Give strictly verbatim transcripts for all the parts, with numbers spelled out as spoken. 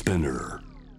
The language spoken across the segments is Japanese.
Spinner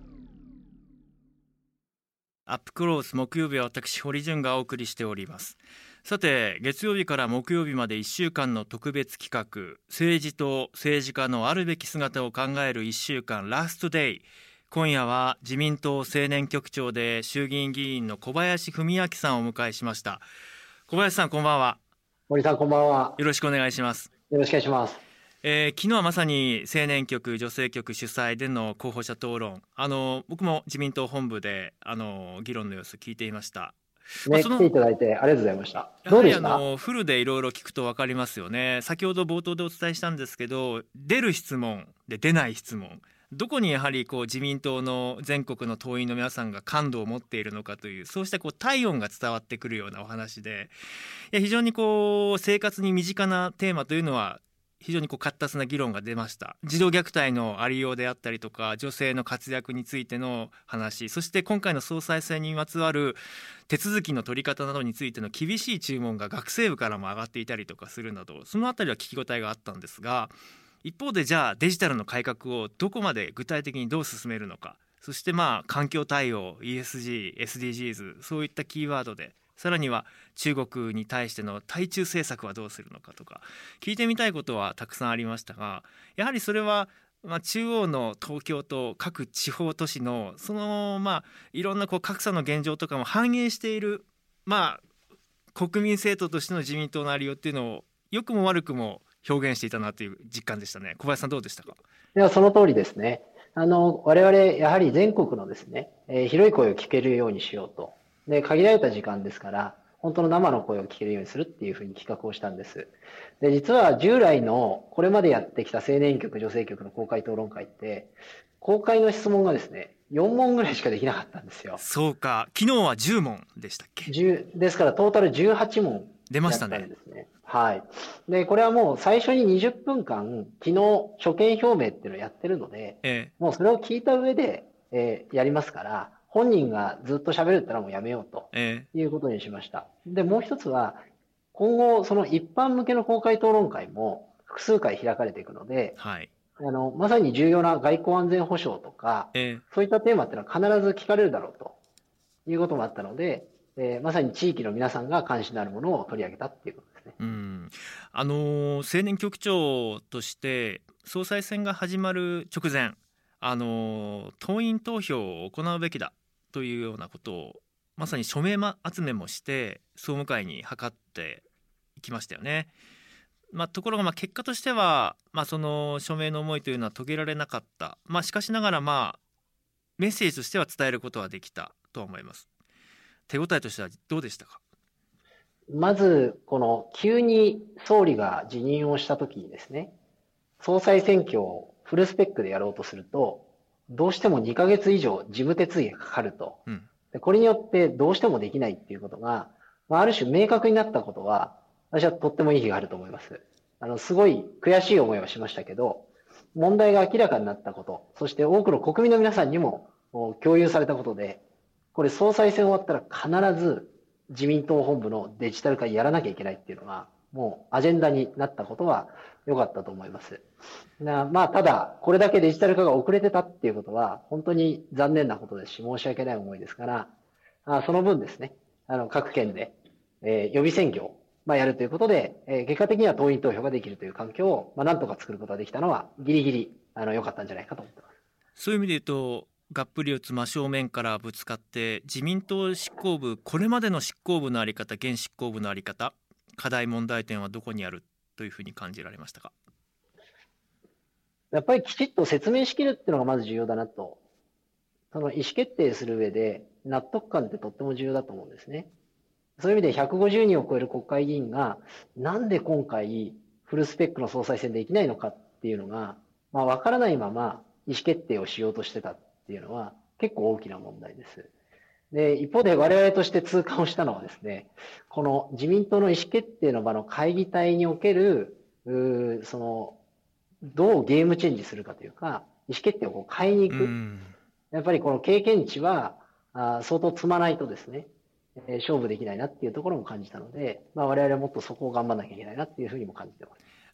アップクロース木曜日は私堀潤がお送りしております。さて、月曜日から木曜日までいっしゅうかんの特別企画、政治と政治家のあるべき姿を考えるいっしゅうかんラストデイ。今夜は自民党青年局長で衆議院議員の小林文明さんをお迎えしました。小林さん、こんばんは。 森さん、こんばんは。 よろしくお願いします。 よろしくお願いします。 えー、昨日はまさに青年局女性局主催での候補者討論、あの僕も自民党本部であの議論の様子聞いていました。 ね、来ていただいてありがとうございました。 やはりあのフルでいろいろ聞くと分かりますよね。先ほど冒頭でお伝えしたんですけど、出る質問で出ない質問、どこにやはりこう自民党の全国の党員の皆さんが感度を持っているのかという、そうしたこう体温が伝わってくるようなお話で、いや非常にこう生活に身近なテーマというのは非常にこう活発な議論が出ました。児童虐待のありようであったりとか、女性の活躍についての話、そして今回の総裁選にまつわる手続きの取り方などについての厳しい注文が学生部からも上がっていたりとかするなど、そのあたりは聞き応えがあったんですが、一方でじゃあデジタルの改革をどこまで具体的にどう進めるのか、そしてまあ環境対応、 イーエスジー、エスディージーズ、そういったキーワードで、さらには中国に対しての対中政策はどうするのかとか、聞いてみたいことはたくさんありましたが、やはりそれはまあ中央の東京と各地方都市のそのまあいろんなこう格差の現状とかも反映している、まあ国民政党としての自民党のありようっていうのを良くも悪くも表現していたなという実感でしたね。小林さん、どうでしたか？ いや、その通りですね。あの我々やはり全国のですね、えー、広い声を聞けるようにしようと。で、限られた時間ですから、本当の生の声を聞けるようにするっていうふうに企画をしたんです。で、実は従来のこれまでやってきた青年局、女性局の公開討論会って、公開の質問がですね、よんもんぐらいしかできなかったんですよ。 そうか、昨日はじゅうもんでしたっけ？ じゅうですからトータルじゅうはちもん出ましたね。 だったんですね。はい。で、これはもう最初ににじゅっぷんかん、昨日所見表明っていうのをやってるので、ええ、もうそれを聞いた上で、えー、やりますから、本人がずっと喋るってのはもうやめようということにしました。ええ、で、もう一つは、今後、その一般向けの公開討論会も複数回開かれていくので、はい、あの、まさに重要な外交安全保障とか、ええ、そういったテーマっていうのは必ず聞かれるだろうということもあったので、えー、まさに地域の皆さんが関心のあるものを取り上げたっていうことですね。 うん、あのー、青年局長として総裁選が始まる直前、あのー、党員投票を行うべきだというようなことをまさに署名集めもして総務会に諮っていきましたよね。まあ、ところがまあ結果としては、まあ、その署名の思いというのは遂げられなかった、まあ、しかしながらまあメッセージとしては伝えることはできたと思います。手応えとしてはどうでしたか？ まず、この急に総理が辞任をしたときにですね、総裁選挙をフルスペックでやろうとすると、どうしてもにかげつ以上事務手続きがかかると。うん、でこれによってどうしてもできないっていうことが、まあ、ある種明確になったことは、私はとっても意義があると思います。あの、すごい悔しい思いをしましたけど、問題が明らかになったこと、そして多くの国民の皆さんにも共有されたことで、これ総裁選終わったら必ず自民党本部のデジタル化やらなきゃいけないっていうのが、もうアジェンダになったことは良かったと思います。なまあ、ただ、これだけデジタル化が遅れてたっていうことは、本当に残念なことですし、申し訳ない思いですから、あその分ですね、あの、各県で、えー、予備選挙を、まあ、やるということで、えー、結果的には党員投票ができるという環境を、まあ、なんとか作ることができたのは、ギリギリ、あの、良かったんじゃないかと思ってます。 そういう意味で言うと、がっぷり四つ真正面からぶつかって、自民党執行部、これまでの執行部の在り方、現執行部の在り方、課題問題点はどこにあるというふうに感じられましたか？ やっぱりきちっと説明しきるっていうのがまず重要だなと。その意思決定する上で納得感ってとっても重要だと思うんですね。そういう意味でひゃくごじゅうにんを超える国会議員がなんで今回フルスペックの総裁選できないのかっていうのが、まあ、分からないまま意思決定をしようとしてたっていうのは結構大きな問題です。で、一方で我々として痛感をしたのはですね、この自民党の意思決定の場の会議体における、うその、どうゲームチェンジするかというか、意思決定をこう変えに行く。やっぱりこの経験値はあ相当積まないとですね、えー、勝負できないなっていうところも感じたので、まあ、我々はもっとそこを頑張らなきゃいけないなっていうふうにも感じてます。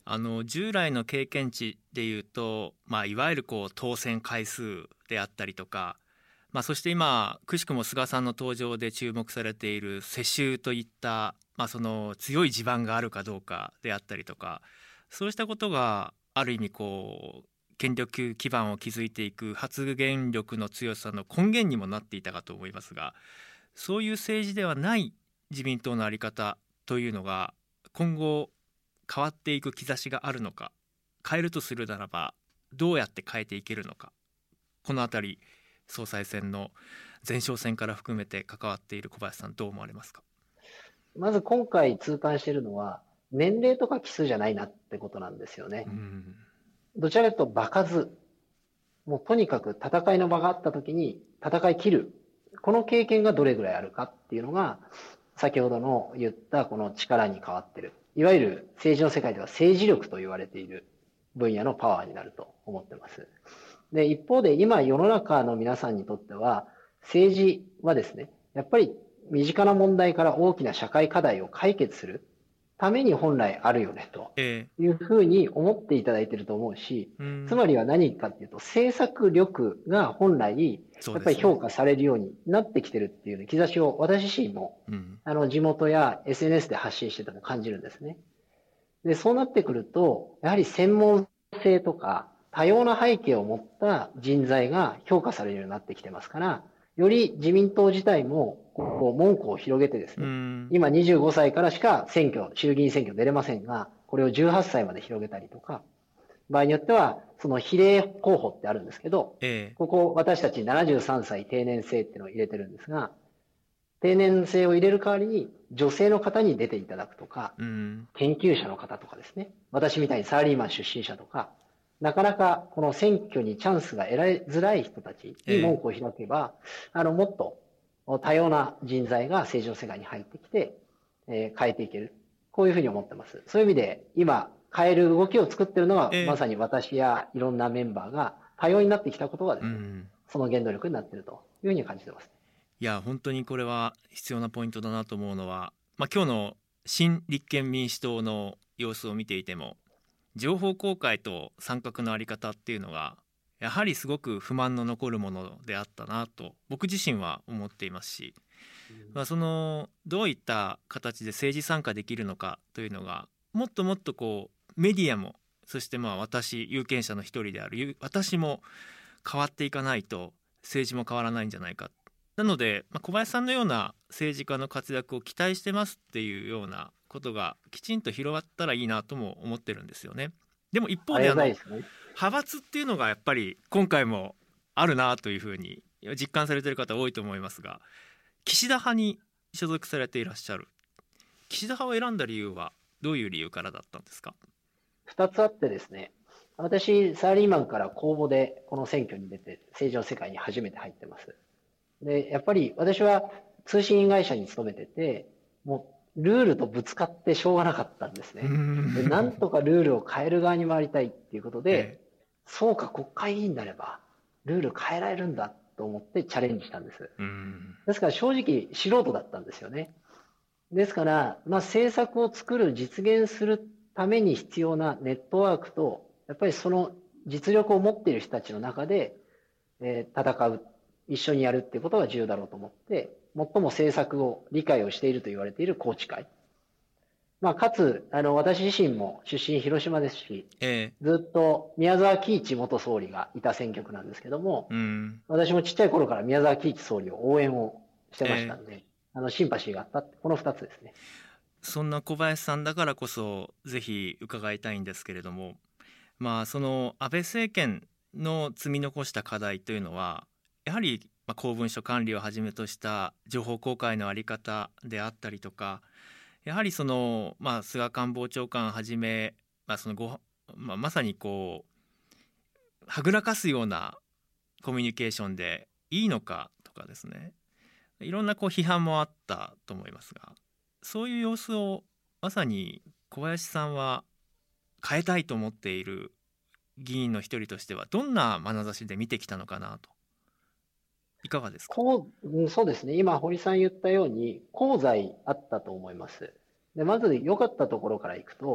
あの従来の経験値でいうと、まあ、いわゆるこう当選回数であったりとか、まあ、そして今くしくも菅さんの登場で注目されている世襲といった、まあ、その強い地盤があるかどうかであったりとか、そうしたことがある意味こう権力基盤を築いていく発言力の強さの根源にもなっていたかと思いますが、そういう政治ではない自民党の在り方というのが今後変わっていく兆しがあるのか、変えるとするならばどうやって変えていけるのか、このあたり総裁選の前哨戦から含めて関わっている小林さん、どう思われますか？ まず今回痛感しているのは、年齢とか奇数じゃないなってことなんですよね。 うん、 どちらかというと場数、もうとにかく戦いの場があった時に戦い切る。この経験がどれぐらいあるかっていうのが、先ほどの言ったこの力に変わってる。いわゆる政治の世界では政治力と言われている分野のパワーになると思ってます。で、一方で今世の中の皆さんにとっては、政治はですね、やっぱり身近な問題から大きな社会課題を解決するために本来あるよねというふうに思っていただいていると思うし、 えー、 つまりは何かっていうと、政策力が本来やっぱり評価されるようになってきてるっていう、ね、兆しを私自身も、うん、あの地元や エスエヌエス で発信してても感じるんですね。で、そうなってくると、やはり専門性とか多様な背景を持った人材が評価されるようになってきてますから、より自民党自体もこう門戸を広げてですね、今にじゅうごさいからしか選挙、衆議院選挙出れませんが、これをじゅうはっさいまで広げたりとか、場合によっては、その比例候補ってあるんですけど、ええ、ここ私たちななじゅうさんさい定年制っていうのを入れてるんですが、定年制を入れる代わりに女性の方に出ていただくとか、うん、研究者の方とかですね、私みたいにサラリーマン出身者とか、なかなかこの選挙にチャンスが得られづらい人たちに門戸を開けば、えー、あのもっと多様な人材が政治の世界に入ってきて、えー、変えていける。こういうふうに思ってます。そういう意味で今変える動きを作ってるのは、えー、まさに私やいろんなメンバーが多様になってきたことがですね、うん、その原動力になっているというふうに感じてます。 いや本当にこれは必要なポイントだなと思うのは、まあ、今日の新立憲民主党の様子を見ていても、情報公開と参画の在り方っていうのがやはりすごく不満の残るものであったなと僕自身は思っていますし、まあ、そのどういった形で政治参加できるのかというのがもっともっとこうメディアも、そしてまあ私有権者の一人である私も変わっていかないと政治も変わらないんじゃないか。なので、まあ、小林さんのような政治家の活躍を期待してますっていうようなことがきちんと広がったらいいなとも思ってるんですよね。でも一方であの派閥っていうのがやっぱり今回もあるなというふうに実感されている方多いと思いますが、岸田派に所属されていらっしゃる。岸田派を選んだ理由はどういう理由からだったんですか？ ふたつあってですね、私サラリーマンから公募でこの選挙に出て政治の世界に初めて入ってます。でやっぱり私は通信会社に勤めてて、もうルールとぶつかってしょうがなかったんですね。でなんとかルールを変える側に回りたいっていうことで、ええ、そうか国会議員になればルール変えられるんだと思ってチャレンジしたんです。ですから正直素人だったんですよね。ですから、まあ、政策を作る実現するために必要なネットワークと、やっぱりその実力を持っている人たちの中で、えー、戦う、一緒にやるっていうことが重要だろうと思って、最も政策を理解をしていると言われている宏池会。まあ、かつ、あの、私自身も出身広島ですし、えー、ずっと宮沢喜一元総理がいた選挙区なんですけども、うん、私もちっちゃい頃から宮沢喜一総理を応援をしてましたので、えー、あのシンパシーがあった、このふたつですね。 そんな小林さんだからこそぜひ伺いたいんですけれども、まあ、その安倍政権の積み残した課題というのはやはり公文書管理をはじめとした情報公開の在り方であったりとか、やはりその、まあ、菅官房長官はじめ、まあそのごまあ、まさにこうはぐらかすようなコミュニケーションでいいのかとかですね、いろんなこう批判もあったと思いますが、そういう様子をまさに小林さんは変えたいと思っている議員の一人としてはどんな眼差しで見てきたのかなと。いかがですか？ こう、そうですね。今堀さん言ったように功罪あったと思います。でまず良かったところからいくと、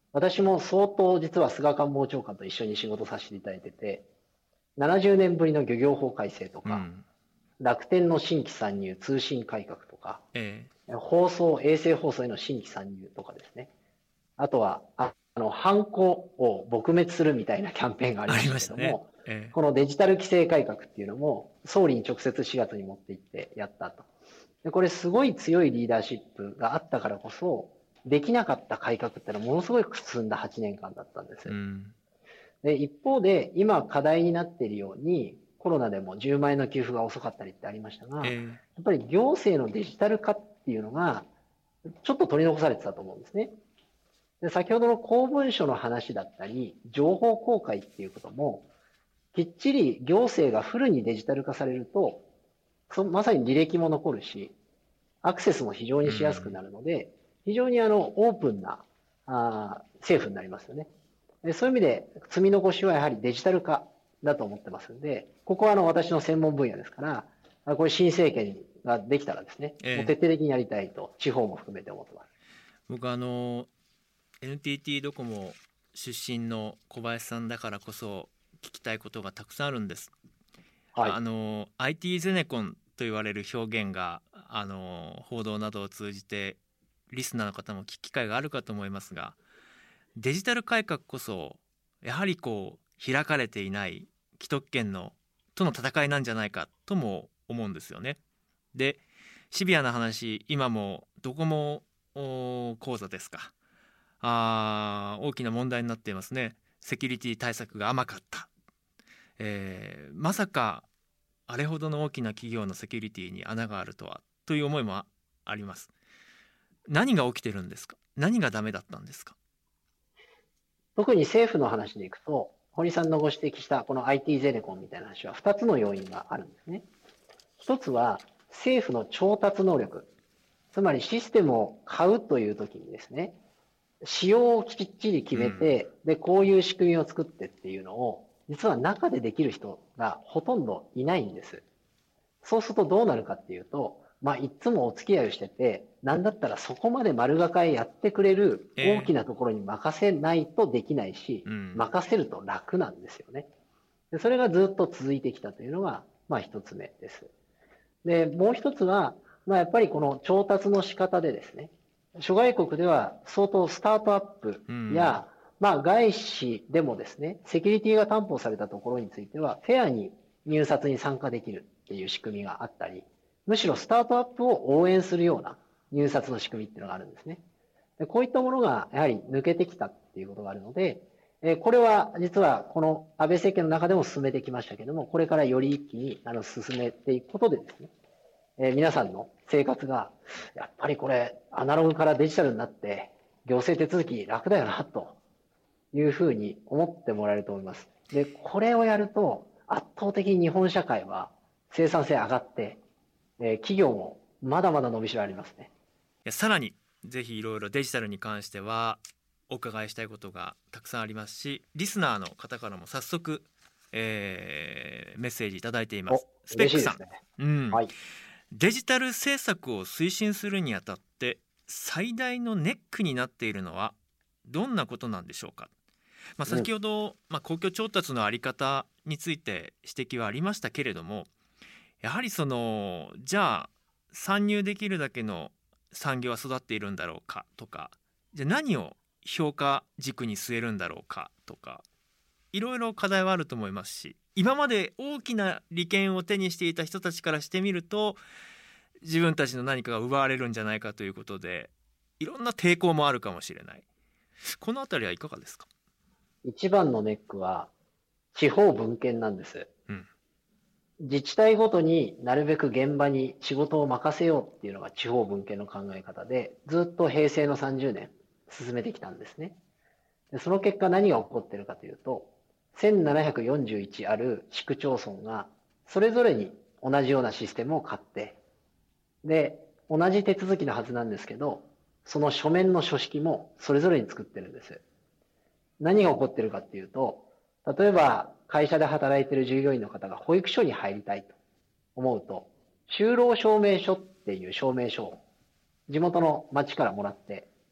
私も相当実は菅官房長官と一緒に仕事させていただいてて、ななじゅうねんぶりの漁業法改正とか、 うん、 楽天の新規参入、通信改革とか、 え放送、衛星放送への新規参入とかですね。あとは、あの、ハンコを撲滅するみたいなキャンペーンがあー、ありりましましたね。 たけども、 えこのデジタル規制改革っていうのも、総理に直接しがつに持って行ってやったと。で、これすごい強いリーダーシップがあったからこそ、できなかった改革ってのはものすごい進んだはちねんかんだったんです。 ーうん、 で、一方で、今課題になっているように、コロナでもじゅうまん円の給付が遅かったりってありましたが、やえっぱり行政のデジタル化っていうのが、ちょっと取り残されてたと思うんですね。で、先ほどの公文書の話だったり、情報公開っていうことも、きっちり行政がフルにデジタル化されると、そまさに履歴も残るし、アクセスも非常ーうにしやすくん、 なるので、非常にあの、オープンな、あ政府になりますよね。でそういう意味で、積み残しはやはりデジタル化だと思ってますんで、ここはあの、私の専門分野ですから、あこれ新政権ができたらですね、もう徹えー底的にやりたいと、地方も含めて思ってます。 僕あの エヌティーティー ドコモ出身の小林さんだからこそ聞きたいことがたくさんあるんです。 はい。 あの アイティー ゼネコンと言われる表現があの報道などを通じてリスナーの方も聞く機会があるかと思いますが、デジタル改革こそやはりこう開かれていない既得権のとの戦いなんじゃないかとも思うんですよね。でシビアな話、今もドコモお講座ですか、あー大きな問題になっていますね。セキュリティ対策が甘かった、えーまさかあれほどの大きな企業のセキュリティに穴があるとはという思いもああります。何が起きてるんですか？何がダメだったんですか？ 特に政府の話でいくと、堀さんのご指摘したこの アイティー ゼネコンみたいな話はふたつの要因があるんですね。一つは政府の調達能力。つまりシステムを買うという時にですね、仕様をきっちり決めて、で、こういう仕組みを作ってっていうのを、実は中でできる人がほとんどいないんです。そうするとどうなるかっていうと、まあ、いつもお付き合いをしてて、なんだったらそこまで丸がかえやってくれる大えきなところに任せないとできないし、 ーうん任せると楽なんですよね。でそれがずっと続いてきたというのが、まあ一つ目です。で、もう一つは、まあやっぱりこの調達の仕方でですね、諸外国では相当スタートアップうんや、まあ外資でもですね、セキュリティが担保されたところについては、フェアに入札に参加できるっていう仕組みがあったり、むしろスタートアップを応援するような入札の仕組みっていうのがあるんですね。でこういったものがやはり抜けてきたっていうことがあるので、えこれは実はこの安倍政権の中でも進めてきましたけども、これからより一気にあの進めていくことでですね、え皆さんの生活が、やっぱりこれアナログからデジタルになって、行政手続き楽だよな、というふうに思ってもらえると思います。で、これをやると、圧倒的に日本社会は生産性上がって、え企業もまだまだ伸びしろありますね。 いやさらにぜひいろいろデジタルに関してはお伺いしたいことがたくさんありますし、リスナーの方からも早速、えーメッセージいただいています。スペックさん、 嬉しいですね。 うん、 はい。 デジタル政策を推進するにあたって最大のネックになっているのはどんなことなんでしょうか。まあ、 うん。 先ほど、まあ、公共調達のあり方について指摘はありましたけれども、やはりそのじゃあ参入できるだけの産業は育っているんだろうかとか、じゃあ何を評価軸に据えるんだろうかとか、いろいろ課題はあると思いますし、今まで大きな利権を手にしていた人たちからしてみると自分たちの何かが奪われるんじゃないかということで、いろんな抵抗もあるかもしれない。このあたりはいかがですか？ 一番のネックは、地方分権なんです。 うん、 自治体ごとになるべく現場に仕事を任せようっていうのが地方分権の考え方で、ずっと平成のさんじゅうねん進めてきたんですね。でその結果何が起こっているかというと、せんななひゃくよんじゅういちある市区町村がそれぞれに同じようなシステムを買って、で、同じ手続きのはずなんですけど、その書面の書式もそれぞれに作ってるんです。何が起こってるかっていうと、例えば会社で働いている従業員の方が保育所に入りたいと思うと、就労証明書っていう証明書を地元の町からもらって、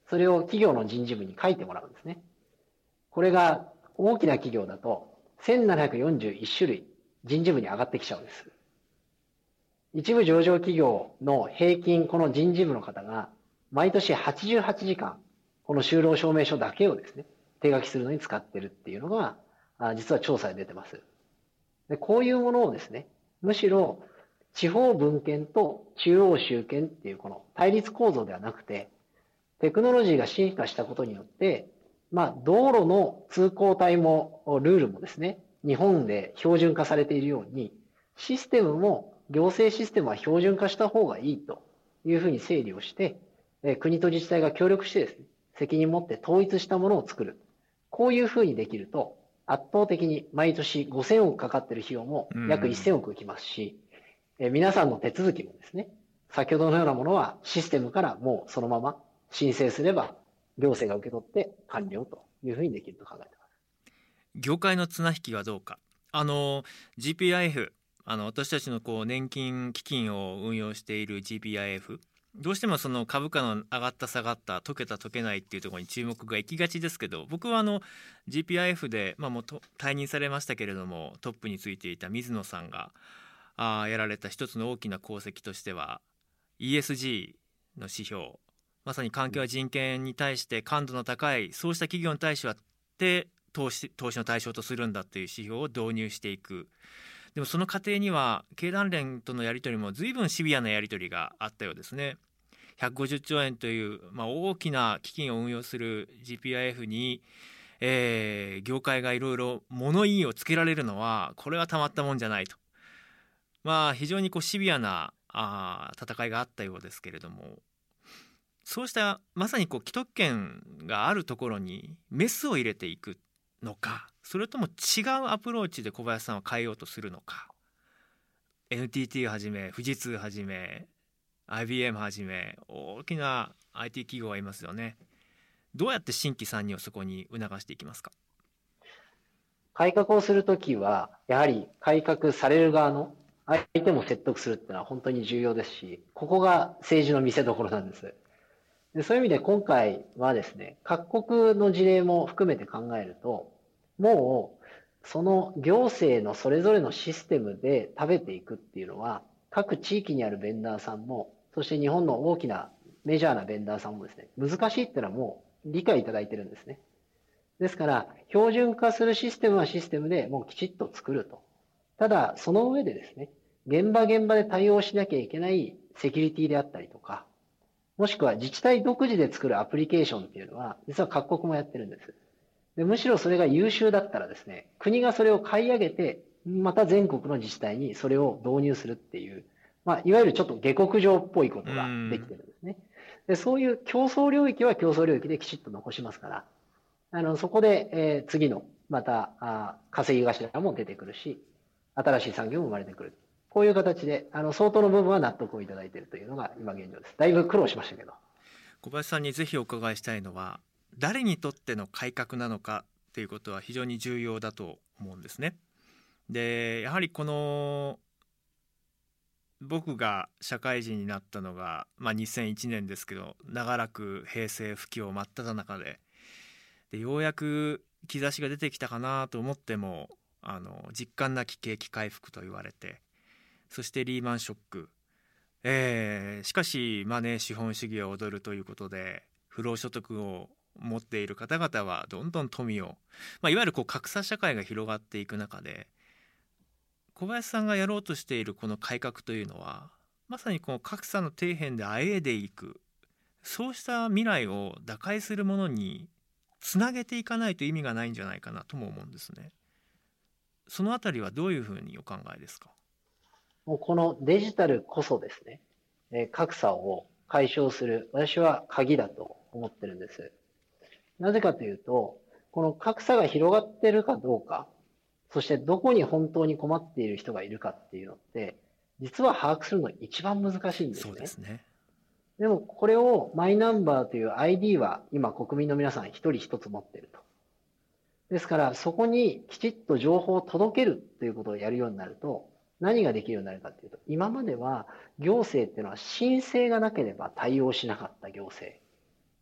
それを企業の人事部に書いてもらうんですね。これが大きな企業だとせんななひゃくよんじゅういち種類人事部に上がってきちゃうんです。一部上場企業の平均この人事部の方が毎年はちじゅうはちじかんこの就労証明書だけをですね、手書きするのに使ってるっていうのが実は調査で出てます。で、こういうものをですね、むしろ地方分権と中央集権っていうこの対立構造ではなくて、テクノロジーが進化したことによって、まあ、道路の通行帯も、ルールもですね、日本で標準化されているように、システムも、行政システムは標準化した方がいいというふうに整理をして、国と自治体が協力してですね、責任を持って統一したものを作る。こういうふうにできると、圧倒的に毎年ごせんおくかかっている費用も約せんおく浮きますし、え皆さんの手続きもですね、先ほどのようなものはシステムからもうそのまま申請すれば行政が受け取って完了というふうにできると考えています。 業界の綱引きはどうか。あの ジーピーアイエフ、あの私たちのこう年金基金を運用している ジーピーアイエフ、どうしてもその株価の上がった下がった溶けた溶けないっていうところに注目が行きがちですけど、僕はあの ジーピーアイエフ で、まあ、もうと退任されましたけれどもトップについていた水野さんがあやられた一つの大きな功績としては イーエスジー の指標、まさに環境や人権に対して感度の高いそうした企業に対してはで投資、投資の対象とするんだという指標を導入していく。でもその過程には経団連とのやり取りも随分シビアなやり取りがあったようですね。ひゃくごじゅっちょうえんという、まあ、大きな基金を運用する ジーピーアイエフ に、えー、業界がいろいろ物言いをつけられるのはこれはたまったもんじゃないと、まあ、非常にこうシビアなあ戦いがあったようですけれども、そうしたまさにこう既得権があるところにメスを入れていくのか、それとも違うアプローチで小林さんは変えようとするのか。 エヌティーティー はじめ富士通はじめ アイビーエム はじめ大きな アイティー 企業がいますよね。どうやって新規参入をそこに促していきますか。 改革をするときはやはり改革される側の相手も説得するっていうのは本当に重要ですし、ここが政治の見せ所なんです。で、そういう意味で今回はですね、各国の事例も含めて考えると、もうその行政のそれぞれのシステムで食べていくっていうのは、各地域にあるベンダーさんも、そして日本の大きなメジャーなベンダーさんもですね、難しいっていうのはもう理解いただいてるんですね。ですから、標準化するシステムはシステムでもうきちっと作ると。ただ、その上でですね、現場現場で対応しなきゃいけないセキュリティであったりとか、もしくは自治体独自で作るアプリケーションっていうのは、実は各国もやってるんです。で、むしろそれが優秀だったらですね、国がそれを買い上げて、また全国の自治体にそれを導入するっていう、まあ、いわゆるちょっと下克上っぽいことができてるんですね。で、そういう競争領域は競争領域できちっと残しますから、あの、そこで、えー、次の、また、あ稼ぎ頭も出てくるし、新しい産業も生まれてくる。こういう形で、あの、相当の部分は納得をいただいているというのが今現状です。だいぶ苦労しましたけど。 小林さんにぜひお伺いしたいのは、誰にとっての改革なのかということは非常に重要だと思うんですね。で、やはりこの僕が社会人になったのが、まあ、にせんいちねんですけど、長らく平成不況真っ只中で、でようやく兆しが出てきたかなと思っても、あの実感なき景気回復と言われて、そしてリーマンショック、えー、しかしマネー資本主義は踊るということで、不労所得を持っている方々はどんどん富を、まあ、いわゆるこう格差社会が広がっていく中で、小林さんがやろうとしているこの改革というのは、まさにこの格差の底辺であえいでいく、そうした未来を打開するものにつなげていかないと意味がないんじゃないかなとも思うんですね。そのあたりはどういうふうにお考えですか。 もうこのデジタルこそですね、えー、格差を解消する、私は鍵だと思ってるんです。なぜかというと、この格差が広がっているかどうか、そしてどこに本当に困っている人がいるかっていうのって、実は把握するの一番難しいんですね。 そうですね。 でもこれをマイナンバーという アイディー は今国民の皆さん一人一つ持っていると。ですからそこにきちっと情報を届けるということをやるようになると、何ができるようになるかというと、今までは行政っていうのは申請がなければ対応しなかった行政。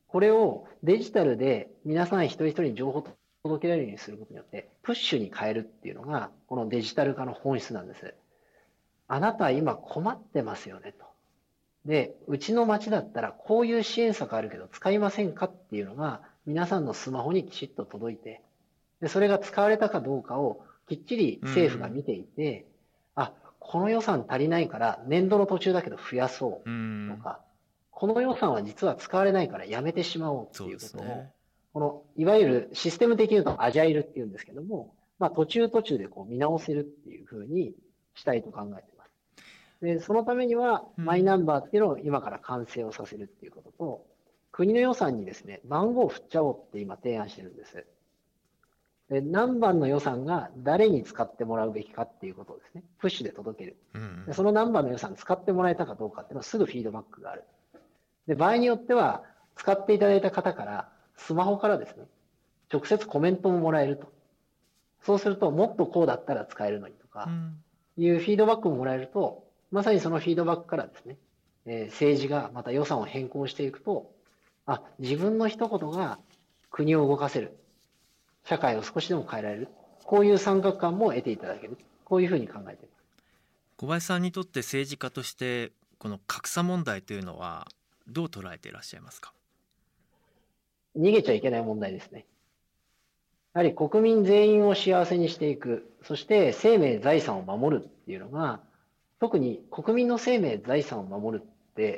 これをデジタルで皆さん一人一人に情報を届けられるようにすることによって、プッシュに変えるっていうのが、このデジタル化の本質なんです。あなたは今困ってますよねと。で、うちの町だったらこういう支援策あるけど使いませんかっていうのが皆さんのスマホにきちっと届いて、でそれが使われたかどうかをきっちり政府が見ていて、あ、この予算足りないから年度の途中だけど増やそうとか、この予算は実は使われないからやめてしまおうっていうことを、ね、このいわゆるシステム的に言うとアジャイルっていうんですけども、まあ途中途中でこう見直せるっていうふうにしたいと考えています。で、そのためには、マイナンバーっていうのを今から完成をさせるっていうことと、国の予算にですね、番号を振っちゃおうって今提案してるんです。で、何番の予算が誰に使ってもらうべきかっていうことをですね、プッシュで届ける。でその何番の予算使ってもらえたかどうかっていうのはすぐフィードバックがある。で、場合によっては、使っていただいた方から、スマホからですね、直接コメントももらえると。そうすると、もっとこうだったら使えるのにとか、いうフィードバックももらえると、まさにそのフィードバックからですね、えー、政治がまた予算を変更していくと、あ、自分の一言が国を動かせる。社会を少しでも変えられる。こういう参画感も得ていただける。こういうふうに考えています。 小林さんにとって政治家としてこの格差問題というのはどう捉えていらっしゃいますか？ 逃げちゃいけない問題ですね。やはり国民全員を幸せにしていく。そして生命、財産を守るっていうのが、特に国民の生命、財産を守るって、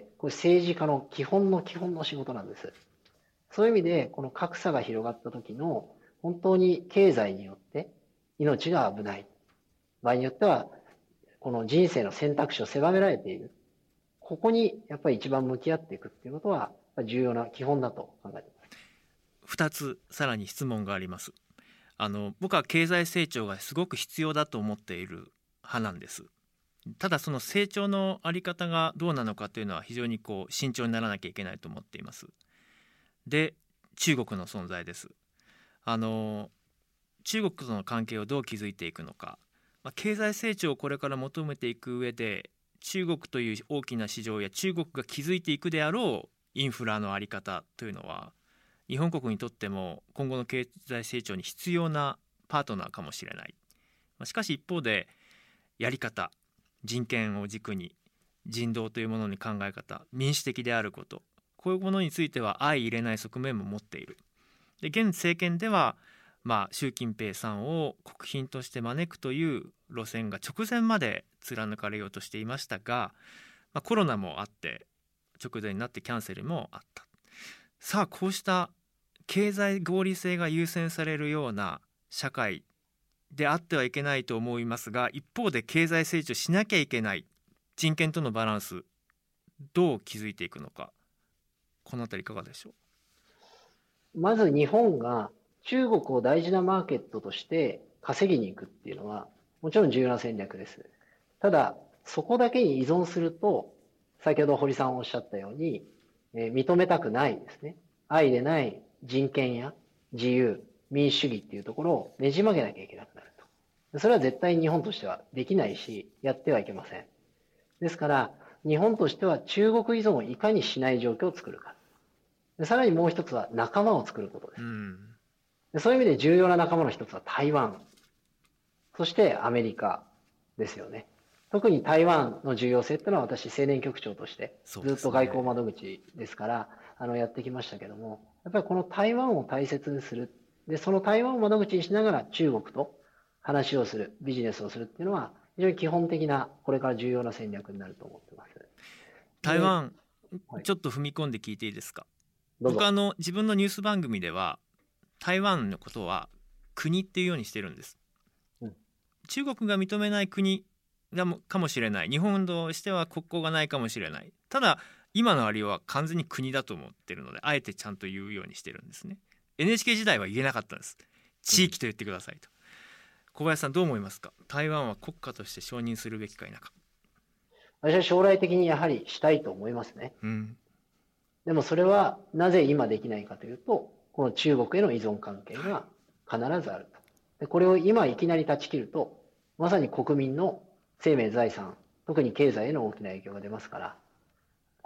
これ政治家の基本の基本の仕事なんです。そういう意味で、この格差が広がった時の、本当に経済によって命が危ない。場合によっては、この人生の選択肢を狭められている。ここにやっぱり一番向き合っていくっていうことは、重要な基本だと考えています。 ふたつさらに質問があります。あの僕は経済成長がすごく必要だと思っている派なんです。ただその成長のあり方がどうなのかというのは非常にこう慎重にならなきゃいけないと思っています。で、中国の存在です。あの中国との関係をどう築いていくのか、まあ、経済成長をこれから求めていく上で中国という大きな市場や中国が築いていくであろうインフラのあり方というのは日本国にとっても今後の経済成長に必要なパートナーかもしれない。しかし一方でやり方、人権を軸に人道というものに考え方、民主的であること、こういうものについては相入れない側面も持っている。で、現政権では、まあ、習近平さんを国賓として招くという路線が直前まで貫かれようとしていましたが、まあ、コロナもあって直前になってキャンセルもあった。さあ、こうした経済合理性が優先されるような社会であってはいけないと思いますが、一方で経済成長しなきゃいけない人権とのバランス、どう築いていくのか、このあたりいかがでしょう。まず日本が中国を大事なマーケットとして稼ぎに行くっていうのはもちろん重要な戦略です。ただそこだけに依存すると、先ほど堀さんおっしゃったように、えー、認めたくないですね、相入れない人権や自由、民主主義っていうところをねじ曲げなきゃいけなくなると。それは絶対に日本としてはできないし、やってはいけません。ですから日本としては中国依存をいかにしない状況を作るか。でさらにもう一つは仲間を作ることです。うん、でそういう意味で重要な仲間の一つは台湾、そしてアメリカですよね。特に台湾の重要性っていうのは私青年局長としてずっと外交窓口ですからあのやってきましたけども、やっぱりこの台湾を大切にする。でその台湾を窓口にしながら中国と話をする、ビジネスをするっていうのは非常に基本的なこれから重要な戦略になると思ってます。 台湾、はい、ちょっと踏み込んで聞いていいですか？僕あの自分のニュース番組では台湾のことは国っていうようにしてるんです、うん、中国が認めない国かもしれない、日本としては国交がないかもしれない、ただ今のありようは完全に国だと思ってるのであえてちゃんと言うようにしてるんですね。 エヌエイチケー 時代は言えなかったんです。地域と言ってくださいと、うん、小林さんどう思いますか？台湾は国家として承認するべきか否か。 私は将来的にやはりしたいと思いますね、うん、でもそれはなぜ今できないかというと、この中国への依存関係が必ずあると。でこれを今いきなり断ち切ると、まさに国民の生命財産、特に経済への大きな影響が出ますから、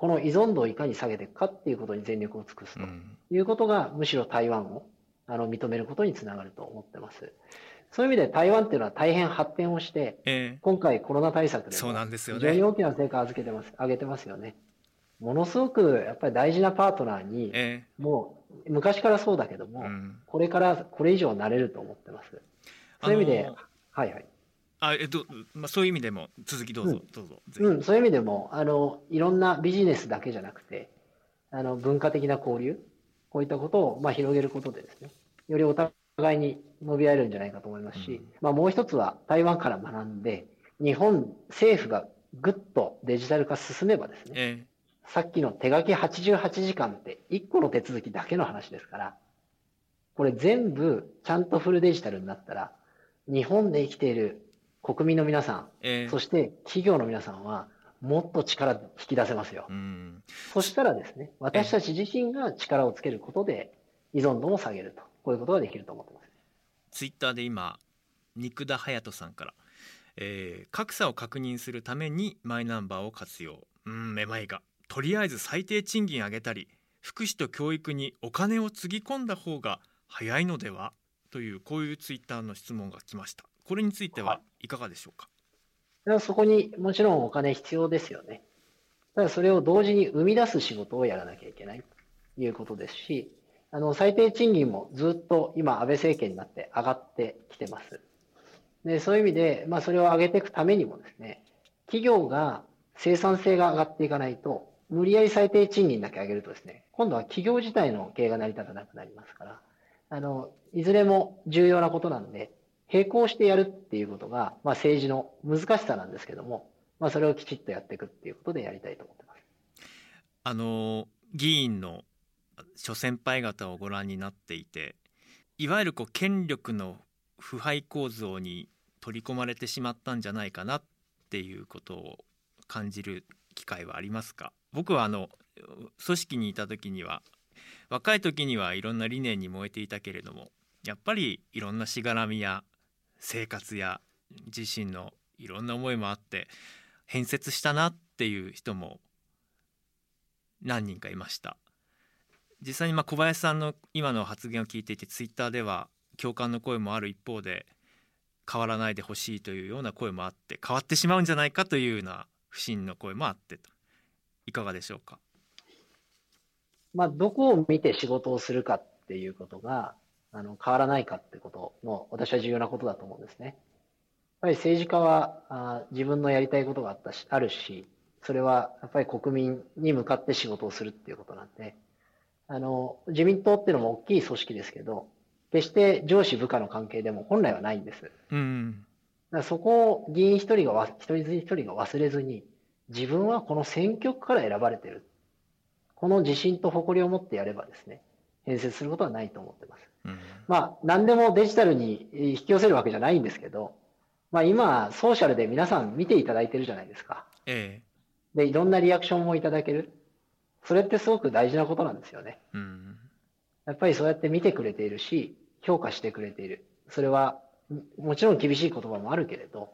この依存度をいかに下げていくかっていうことに全力を尽くすということが、むしろ台湾をあの認めることにつながると思ってます。そういう意味で台湾っていうのは大変発展をして、 えー、 今回コロナ対策でも非常に大きな成果を上げてます、上げてますよね。ものすごくやっぱり大事なパートナーに、えー、もう昔からそうだけども、うん、これからこれ以上なれると思ってます。そういう意味で、はいはい。 あえっとまあ、そういう意味でも続きどうぞ、うん、どうぞぜひ、 うん、そういう意味でもあのいろんなビジネスだけじゃなくてあの文化的な交流こういったことをまあ広げることでですねよりお互いに伸び合えるんじゃないかと思いますし、うんまあ、もう一つは台湾から学んで日本政府がぐっとデジタル化進めばですね、ええ、さっきの手書きはちじゅうはちじかんっていっこの手続きだけの話ですからこれ全部ちゃんとフルデジタルになったら日本で生きている国民の皆さん、えー、そして企業の皆さんはもっと力引き出せますよ。うんそしたらですね、私たち自身が力をつけることで依存度も下げると、こういうことができると思ってます。 ツイッターで今、肉田隼人さんから、えー、格差を確認するためにマイナンバーを活用。うん、めまいが。とりあえず最低賃金上げたり、福祉と教育にお金をつぎ込んだ方が早いのではというこういうツイッターの質問が来ました。これについてはいかがでしょうか。 はい、そこにもちろんお金必要ですよね。ただそれを同時に生み出す仕事をやらなきゃいけないということですし、あの最低賃金もずっと今安倍政権になって上がってきてます。でそういう意味で、まあ、それを上げていくためにもですね、企業が生産性が上がっていかないと、無理やり最低賃金だけ上げるとですね、今度は企業自体の経営が成り立たなくなりますから、あのいずれも重要なことなんで、並行してやるっていうことが、まあ、政治の難しさなんですけども、まあ、それをきちっとやっていくっていうことでやりたいと思ってます。 あの議員の諸先輩方をご覧になっていて、いわゆるこう権力の腐敗構造に取り込まれてしまったんじゃないかなっていうことを感じる機会はありますか？僕はあの組織にいた時には若い時にはいろんな理念に燃えていたけれども、やっぱりいろんなしがらみや生活や自身のいろんな思いもあって変節したなっていう人も何人かいました。実際にまあ小林さんの今の発言を聞いていてツイッターでは共感の声もある一方で変わらないでほしいというような声もあって、変わってしまうんじゃないかというような不信の声もあってと、いかがでしょうか？ まあ、どこを見て仕事をするかっていうことがあの変わらないかってことも私は重要なことだと思うんですね。やっぱり政治家はあ自分のやりたいことがあったしあるし、それはやっぱり国民に向かって仕事をするっていうことなんで、あの自民党っていうのも大きい組織ですけど、決して上司部下の関係でも本来はないんです。うん、だからそこを議員一人が一人一人が忘れずに、自分はこの選挙区から選ばれてる、この自信と誇りを持ってやればですね、変節することはないと思ってます。うん、まあ何でもデジタルに引き寄せるわけじゃないんですけど、まあ今ソーシャルで皆さん見ていただいてるじゃないですか。ええ、でいろんなリアクションもいただける。それってすごく大事なことなんですよね。うん、やっぱりそうやって見てくれているし、評価してくれている。それはもちろん厳しい言葉もあるけれど、うん、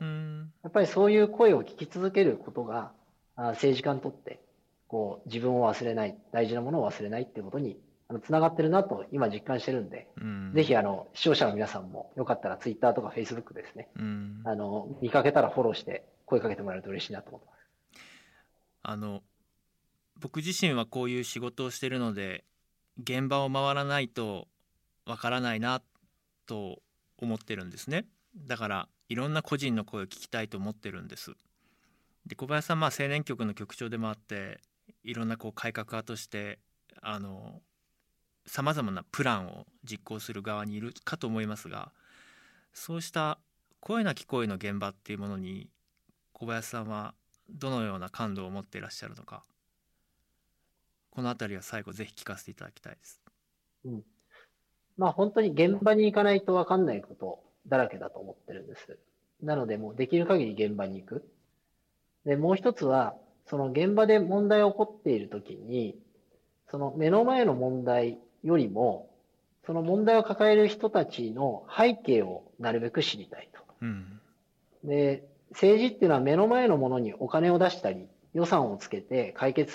やっぱりそういう声を聞き続けることが政治家にとってこう自分を忘れない、大事なものを忘れないっていうことにつながってるなと今実感してるんで、うん、ぜひあの視聴者の皆さんもよかったらツイッターとかフェイスブックですね、うん、あの見かけたらフォローして声かけてもらえると嬉しいなと思ってます。 あの僕自身はこういう仕事をしているので現場を回らないとわからないなと思ってるんですね。だからいろんな個人の声を聞きたいと思ってるんです。で小林さんは青年局の局長でもあっていろんなこう改革派としてあのさまざまなプランを実行する側にいるかと思いますが、そうした声なき声の現場っていうものに小林さんはどのような感動を持っていらっしゃるのか、このあたりは最後ぜひ聞かせていただきたいです。 うん、まあ本当に現場に行かないと分かんないことだらけだと思ってるんです。なのでもうできる限り現場に行く。でもう一つはその現場で問題が起こっているときにその目の前の問題よりもその問題を抱える人たちの背景をなるべく知りたいと。うん、で政治っていうのは目の前のものにお金を出したり予算をつけて解決するっ 、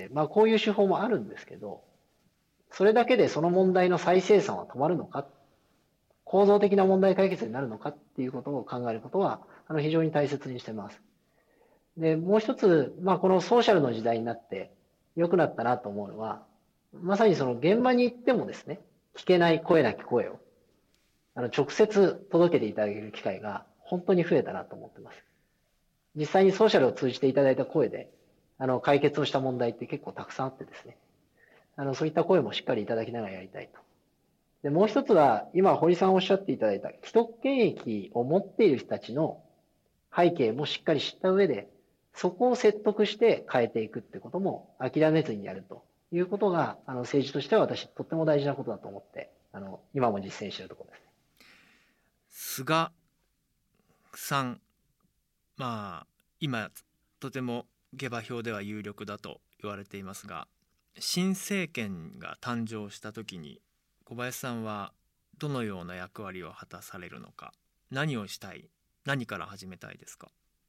まあこういう手法もあるんですけど、それだけでその問題の再生産は止まるのか、構造的な問題解決になるのかっていうことを考えることは、あの非常に大切にしてます。で、もう一つ、まあこのソーシャルの時代になって良くなったなと思うのは、まさにその現場に行ってもですね、聞けない声なき声を、あの直接届けていただける機会が本当に増えたなと思ってます。実際にソーシャルを通じていただいた声で、あの解決をした問題って結構たくさんあってですね、あのそういった声もしっかりいただきながらやりたいと。で、もう一つは、今堀さんおっしゃっていただいた既得権益を持っている人たちの背景もしっかり知った上で、そこを説得して変えていくってことも諦めずにやるということが、あの政治としては私とっても大事なことだと思って、あの今も実践しているところですね。 菅さん、まあ今とても下馬評では有力だと言われていますが、新政権が誕生した時に小林さんはどのような役割を果たされるのか、何をしたい、何から始めたいですか？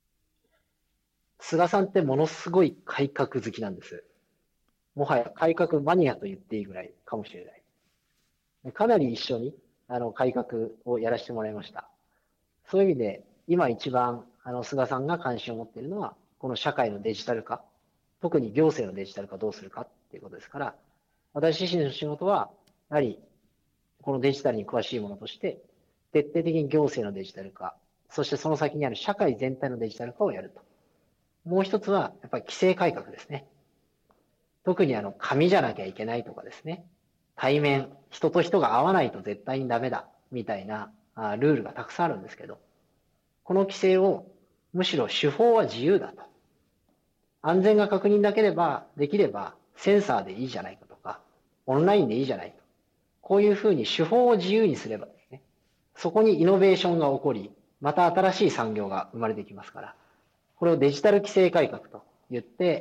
菅さんってものすごい改革好きなんです。もはや改革マニアと言っていいぐらいかもしれない。かなり一緒にあの改革をやらせてもらいました。そういう意味で今一番あの菅さんが関心を持っているのはこの社会のデジタル化、特に行政のデジタル化どうするかっていうことですから、私自身の仕事はやはりこのデジタルに詳しいものとして徹底的に行政のデジタル化、そしてその先にある社会全体のデジタル化をやると。もう一つはやっぱり規制改革ですね。特にあの紙じゃなきゃいけないとかですね、対面、人と人が会わないと絶対にダメだみたいなルールがたくさんあるんですけど、この規制をむしろ手法は自由だと。安全が確認だければできればセンサーでいいじゃないかとか、オンラインでいいじゃないと。こういうふうに手法を自由にすればですね、そこにイノベーションが起こり、また新しい産業が生まれてきますから、これをデジタル規制改革と言って、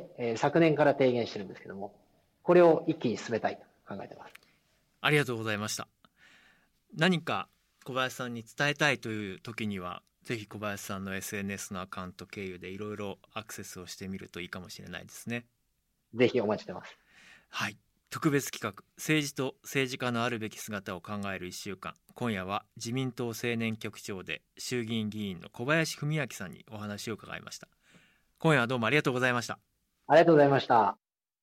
えー、昨年から提言してるんですけども、これを一気に進めたいと考えています。 ありがとうございました。何か小林さんに伝えたいという時には、ぜひ小林さんの エスエヌエス のアカウント経由でいろいろアクセスをしてみるといいかもしれないですね。 ぜひお待ちしてます。 はい、特別企画、政治と政治家のあるべき姿を考えるいっしゅうかん。今夜は自民党青年局長で衆議院議員の小林文明さんにお話を伺いました。今夜はどうもありがとうございました。 ありがとうございました。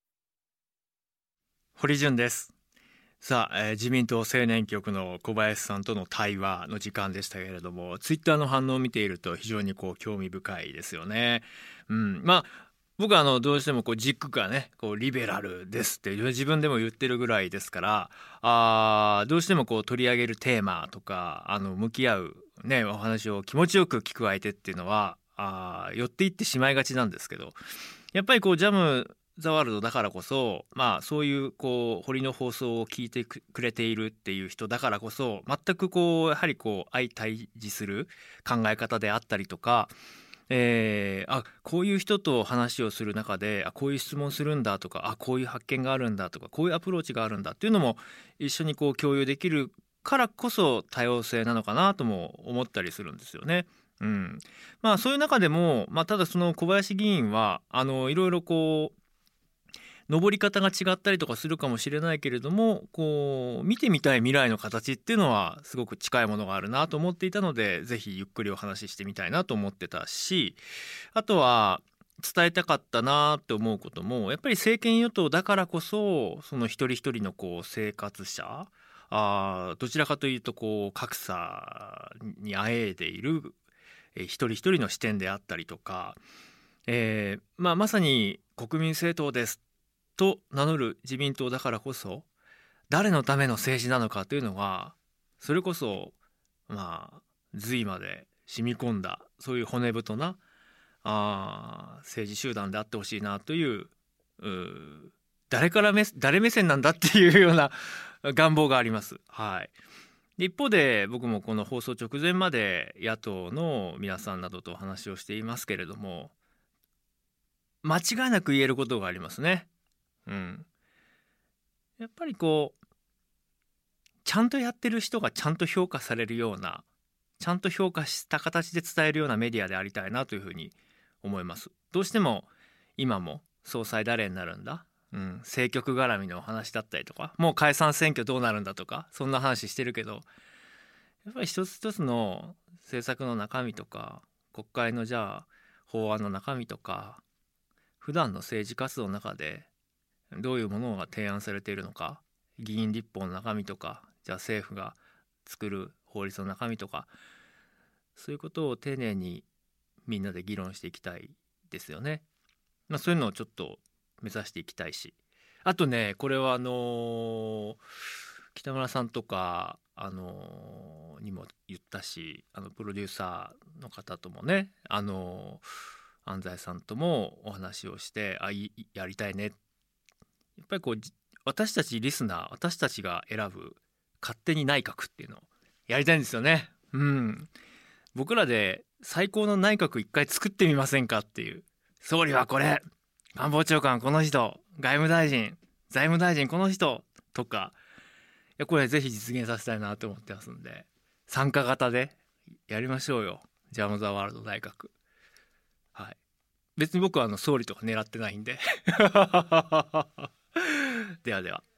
堀潤です。さあ、えー、自民党青年局の小林さんとの対話の時間でしたけれども、ツイッターの反応を見ていると非常にこう興味深いですよね。うん、まあ僕はあのどうしてもこう軸がねこうリベラルですって自分でも言ってるぐらいですから、あどうしてもこう取り上げるテーマとかあの向き合う、ね、お話を気持ちよく聞く相手っていうのはあ寄っていってしまいがちなんですけど、やっぱりこうジャムザワールドだからこそ、まあそういうこう堀の放送を聞いてくれているっていう人だからこそ、全くこうやはりこう相対峙する考え方であったりとか、えー、あこういう人と話をする中であこういう質問するんだとか、あこういう発見があるんだとか、こういうアプローチがあるんだっていうのも一緒にこう共有できるからこそ多様性なのかなとも思ったりするんですよね。うん、まあそういう中でも、まあ、ただその小林議員はあのいろいろこう登り方が違ったりとかするかもしれないけれども、こう見てみたい未来の形っていうのはすごく近いものがあるなと思っていたので、ぜひゆっくりお話ししてみたいなと思ってたし、あとは伝えたかったなって思うことも、やっぱり政権与党だからこそその一人一人のこう生活者、あどちらかというとこう格差にあえいでいる一人一人の視点であったりとか、えーまあ、まさに国民政党ですと名乗る自民党だからこそ誰のための政治なのかというのは、それこそまあ髄まで染み込んだそういう骨太なあ政治集団であってほしいなという、う誰から目誰目線なんだっていうような願望があります。はい。一方で僕もこの放送直前まで野党の皆さんなどとお話をしていますけれども、間違いなく言えることがありますね。うん、やっぱりこうちゃんとやってる人がちゃんと評価されるような、ちゃんと評価した形で伝えるようなメディアでありたいなというふうに思います。どうしても今も総裁誰になるんだ、 うん、政局絡みのお話だったりとか、もう解散選挙どうなるんだとか、そんな話してるけど、やっぱり一つ一つの政策の中身とか、国会のじゃあ法案の中身とか、普段の政治活動の中でどういうものが提案されているのか、議員立法の中身とか、じゃあ政府が作る法律の中身とか、そういうことを丁寧にみんなで議論していきたいですよね。まあ、そういうのをちょっと目指していきたいし、あとね、これはあのー北村さんとか、あのーにも言ったし、あのプロデューサーの方ともね、あのー安西さんともお話をして、あいやりたいね、やっぱりこう私たちリスナー、私たちが選ぶ勝手に内閣っていうのをやりたいんですよね。うん、僕らで最高の内閣一回作ってみませんかっていう、総理はこれ、官房長官この人、外務大臣、財務大臣この人とか、いやこれぜひ実現させたいなと思ってますんで、参加型でやりましょうよ、ジャム・ザ・ワールド内閣。はい、別に僕はあの総理とか狙ってないんでではでは。